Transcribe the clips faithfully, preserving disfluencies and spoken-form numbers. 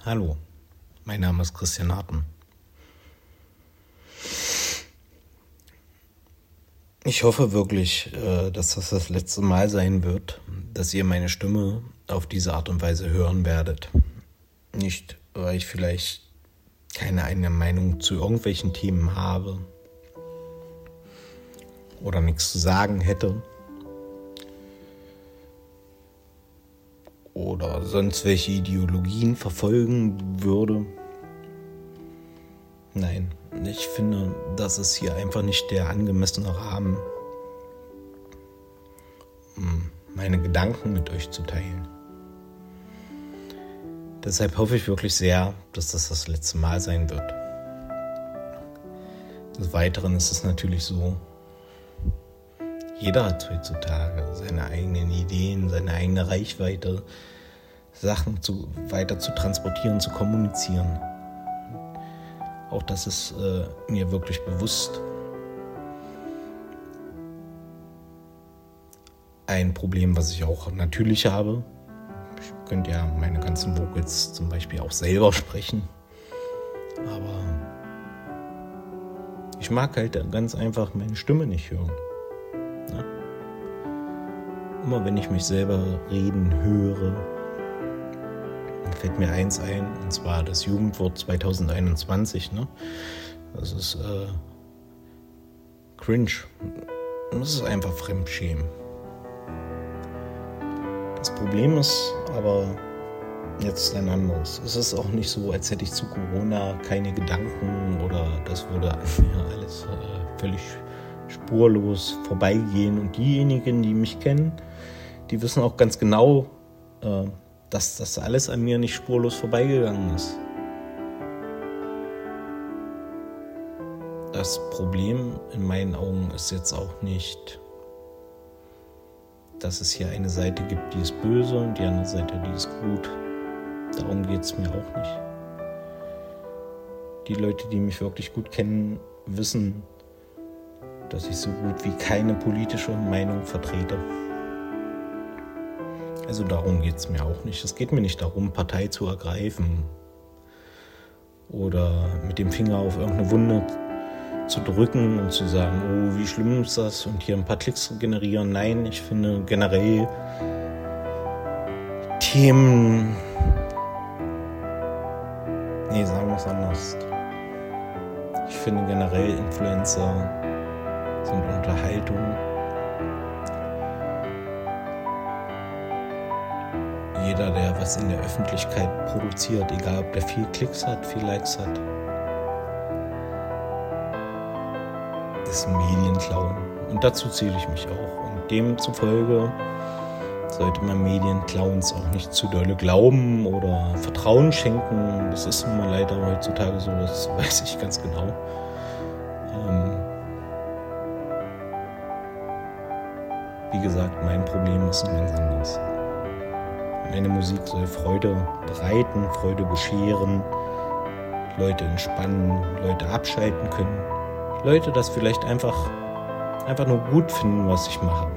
Hallo, mein Name ist Christian Harten. Ich hoffe wirklich, dass das das letzte Mal sein wird, dass ihr meine Stimme auf diese Art und Weise hören werdet. Nicht, weil ich vielleicht keine eigene Meinung zu irgendwelchen Themen habe oder nichts zu sagen hätte oder sonst welche Ideologien verfolgen würde. Nein, ich finde, das ist hier einfach nicht der angemessene Rahmen, um meine Gedanken mit euch zu teilen. Deshalb hoffe ich wirklich sehr, dass das das letzte Mal sein wird. Des Weiteren ist es natürlich so, jeder hat heutzutage seine eigenen Ideen, seine eigene Reichweite, Sachen zu, weiter zu transportieren, zu kommunizieren. Auch das ist äh, mir wirklich bewusst. Ein Problem, was ich auch natürlich habe. Ich könnte ja meine ganzen Vocals zum Beispiel auch selber sprechen. Aber ich mag halt ganz einfach meine Stimme nicht hören. Ja? Immer wenn ich mich selber reden höre, fällt mir eins ein, und zwar das Jugendwort zwanzig einundzwanzig. Ne? Das ist äh, cringe. Das ist einfach Fremdschämen. Das Problem ist aber jetzt ein anderes. Es ist auch nicht so, als hätte ich zu Corona keine Gedanken oder das würde an mir alles äh, völlig spurlos vorbeigehen. Und diejenigen, die mich kennen, die wissen auch ganz genau, äh, dass das alles an mir nicht spurlos vorbeigegangen ist. Das Problem in meinen Augen ist jetzt auch nicht, dass es hier eine Seite gibt, die ist böse und die andere Seite, die ist gut. Darum geht es mir auch nicht. Die Leute, die mich wirklich gut kennen, wissen, dass ich so gut wie keine politische Meinung vertrete. Also darum geht es mir auch nicht. Es geht mir nicht darum, Partei zu ergreifen oder mit dem Finger auf irgendeine Wunde zu drücken und zu sagen, oh, wie schlimm ist das und hier ein paar Klicks generieren. Nein, ich finde generell Themen, nee, sagen wir es anders. Ich finde generell Influencer sind Unterhaltung. Jeder, der was in der Öffentlichkeit produziert, egal ob der viel Klicks hat, viel Likes hat, ist ein Medienclown. Und dazu zähle ich mich auch. Und demzufolge sollte man Medienclowns auch nicht zu dolle glauben oder Vertrauen schenken. Das ist nun mal leider heutzutage so, das weiß ich ganz genau. Ähm Wie gesagt, mein Problem ist ein ganz anderes. Meine Musik soll Freude bereiten, Freude bescheren, Leute entspannen, Leute abschalten können. Leute das vielleicht einfach, einfach nur gut finden, was ich mache.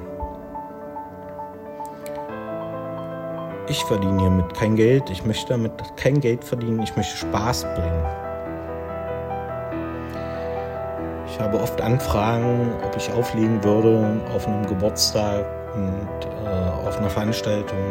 Ich verdiene hiermit kein Geld, ich möchte damit kein Geld verdienen, ich möchte Spaß bringen. Ich habe oft Anfragen, ob ich auflegen würde auf einem Geburtstag und äh, auf einer Veranstaltung.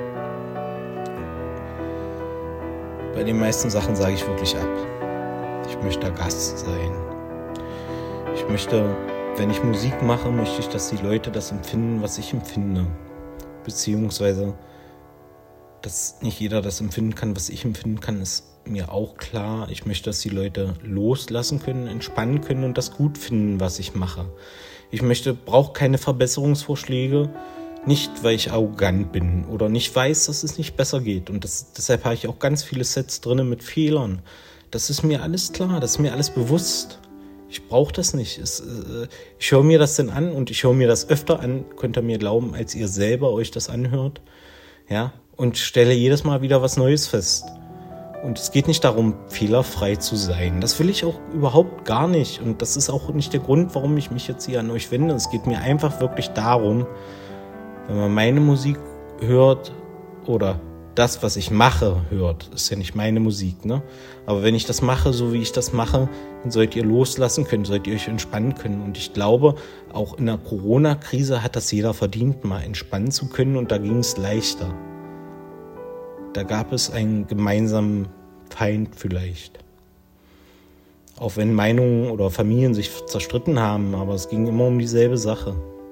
Bei den meisten Sachen sage ich wirklich ab. Ich möchte Gast sein. Ich möchte, wenn ich Musik mache, möchte ich, dass die Leute das empfinden, was ich empfinde. Beziehungsweise, dass nicht jeder das empfinden kann, was ich empfinden kann, ist mir auch klar. Ich möchte, dass die Leute loslassen können, entspannen können und das gut finden, was ich mache. Ich möchte, brauche keine Verbesserungsvorschläge. Nicht, weil ich arrogant bin oder nicht weiß, dass es nicht besser geht. Und das, deshalb habe ich auch ganz viele Sets drin mit Fehlern. Das ist mir alles klar, das ist mir alles bewusst. Ich brauche das nicht. Es, äh, ich höre mir das denn an und ich höre mir das öfter an, könnt ihr mir glauben, als ihr selber euch das anhört. Ja, und stelle jedes Mal wieder was Neues fest. Und es geht nicht darum, fehlerfrei zu sein. Das will ich auch überhaupt gar nicht. Und das ist auch nicht der Grund, warum ich mich jetzt hier an euch wende. Es geht mir einfach wirklich darum, wenn man meine Musik hört oder das, was ich mache, hört. Das ist ja nicht meine Musik, ne? Aber wenn ich das mache, so wie ich das mache, dann sollt ihr loslassen können, sollt ihr euch entspannen können. Und ich glaube, auch in der Corona-Krise hat das jeder verdient, mal entspannen zu können. Und da ging es leichter. Da gab es einen gemeinsamen Feind vielleicht. Auch wenn Meinungen oder Familien sich zerstritten haben, aber es ging immer um dieselbe Sache.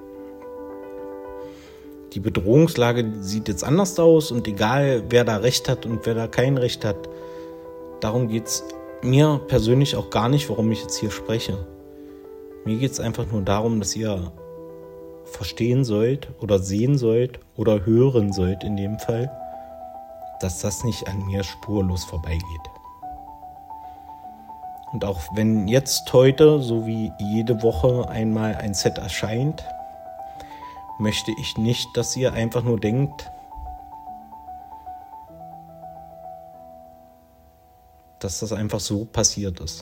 Die Bedrohungslage sieht jetzt anders aus und egal, wer da Recht hat und wer da kein Recht hat, darum geht es mir persönlich auch gar nicht, warum ich jetzt hier spreche. Mir geht es einfach nur darum, dass ihr verstehen sollt oder sehen sollt oder hören sollt in dem Fall, dass das nicht an mir spurlos vorbeigeht. Und auch wenn jetzt heute, so wie jede Woche einmal ein Set erscheint, möchte ich nicht, dass ihr einfach nur denkt, dass das einfach so passiert ist.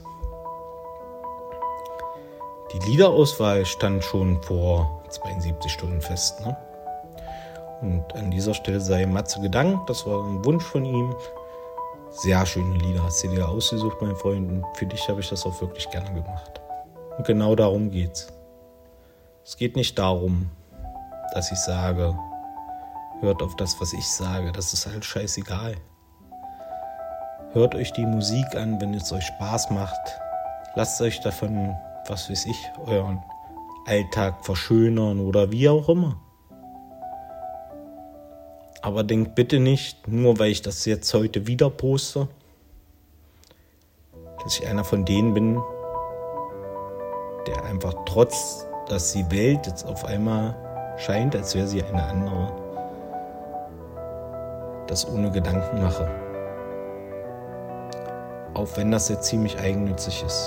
Die Liederauswahl stand schon vor zweiundsiebzig Stunden fest, ne? Und an dieser Stelle sei Matze gedankt, das war ein Wunsch von ihm. Sehr schöne Lieder hast du dir ausgesucht, mein Freund, und für dich habe ich das auch wirklich gerne gemacht. Und genau darum geht's. Es geht nicht darum, dass ich sage, hört auf das, was ich sage, das ist halt scheißegal. Hört euch die Musik an, wenn es euch Spaß macht. Lasst euch davon, was weiß ich, euren Alltag verschönern oder wie auch immer. Aber denkt bitte nicht, nur weil ich das jetzt heute wieder poste, dass ich einer von denen bin, der einfach trotz, dass die Welt jetzt auf einmal scheint, als wäre sie eine andere, das ohne Gedanken mache. Auch wenn das jetzt ziemlich eigennützig ist.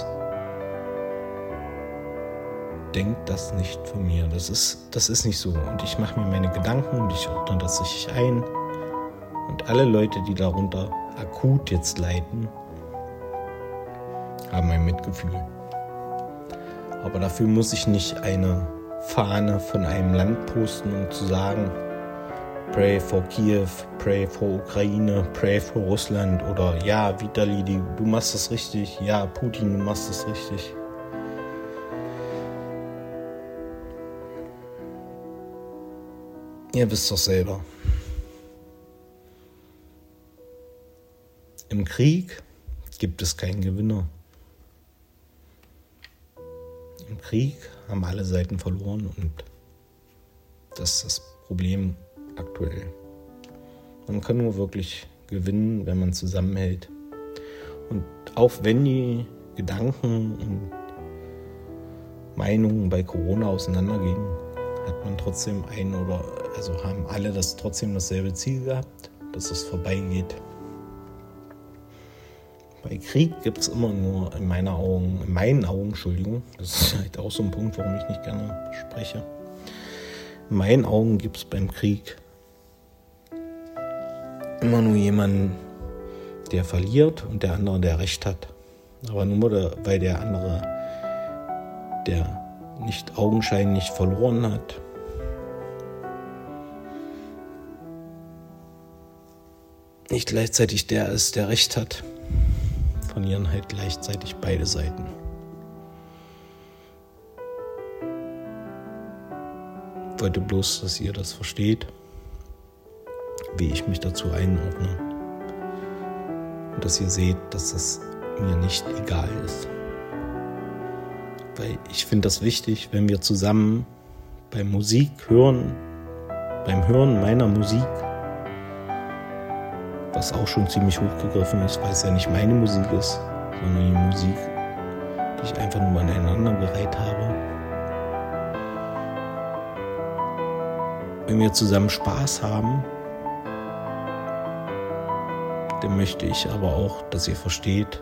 Denkt das nicht von mir. Das ist, das ist nicht so. Und ich mache mir meine Gedanken und ich ordne das richtig ein. Und alle Leute, die darunter akut jetzt leiden, haben ein Mitgefühl. Aber dafür muss ich nicht eine Fahne von einem Land posten, um zu sagen, pray for Kiew, pray for Ukraine, pray for Russland oder ja, Vitali, du machst das richtig, ja, Putin, du machst das richtig. Ihr wisst doch selber. Im Krieg gibt es keinen Gewinner. Im Krieg haben alle Seiten verloren und das ist das Problem aktuell. Man kann nur wirklich gewinnen, wenn man zusammenhält. Und auch wenn die Gedanken und Meinungen bei Corona auseinandergehen, hat man trotzdem ein oder also haben alle das trotzdem dasselbe Ziel gehabt, dass es vorbeigeht. Bei Krieg gibt es immer nur in meiner Augen, in meinen Augen, Entschuldigung, das ist halt auch so ein Punkt, warum ich nicht gerne spreche. In meinen Augen gibt es beim Krieg immer nur jemanden, der verliert und der andere, der Recht hat. Aber nur weil der andere, der nicht augenscheinlich verloren hat, nicht gleichzeitig der ist, der Recht hat, verlieren halt gleichzeitig beide Seiten. Ich wollte bloß, dass ihr das versteht, wie ich mich dazu einordne. Und dass ihr seht, dass das mir nicht egal ist. Weil ich finde das wichtig, wenn wir zusammen beim Musik hören, beim Hören meiner Musik, was auch schon ziemlich hochgegriffen ist, weil es ja nicht meine Musik ist, sondern die Musik, die ich einfach nur aneinandergereiht habe. Wenn wir zusammen Spaß haben, dann möchte ich aber auch, dass ihr versteht,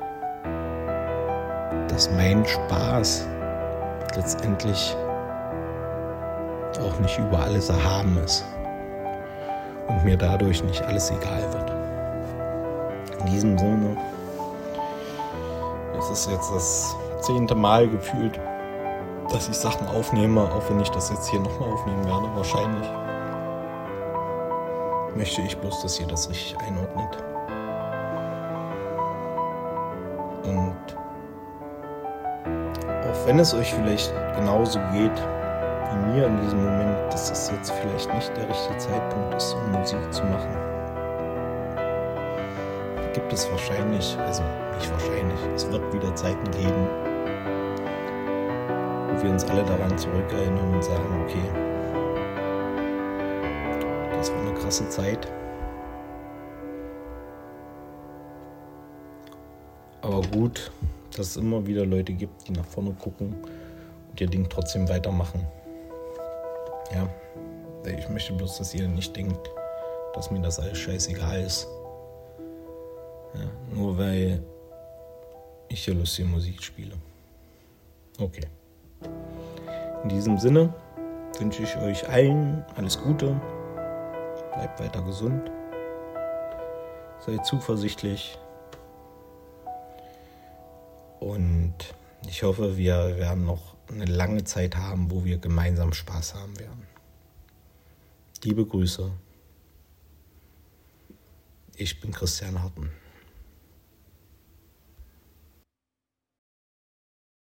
dass mein Spaß letztendlich auch nicht über alles erhaben ist und mir dadurch nicht alles egal wird. In diesem Sinne, es ist jetzt das zehnte Mal gefühlt, dass ich Sachen aufnehme, auch wenn ich das jetzt hier nochmal aufnehmen werde, wahrscheinlich. möchte ich bloß, dass ihr das richtig einordnet. Und auch wenn es euch vielleicht genauso geht wie mir in diesem Moment, dass es jetzt vielleicht nicht der richtige Zeitpunkt ist, um Musik zu machen, gibt es wahrscheinlich, also nicht wahrscheinlich, es wird wieder Zeiten geben, wo wir uns alle daran zurückerinnern und sagen, okay, das war eine krasse Zeit. Aber gut, dass es immer wieder Leute gibt, die nach vorne gucken und ihr Ding trotzdem weitermachen. Ja, ich möchte bloß, dass ihr nicht denkt, dass mir das alles scheißegal ist. Ja, nur weil ich hier lustige Musik spiele. Okay. In diesem Sinne wünsche ich euch allen alles Gute. Bleibt weiter gesund. Seid zuversichtlich. Und ich hoffe, wir werden noch eine lange Zeit haben, wo wir gemeinsam Spaß haben werden. Liebe Grüße. Ich bin Christian Harten.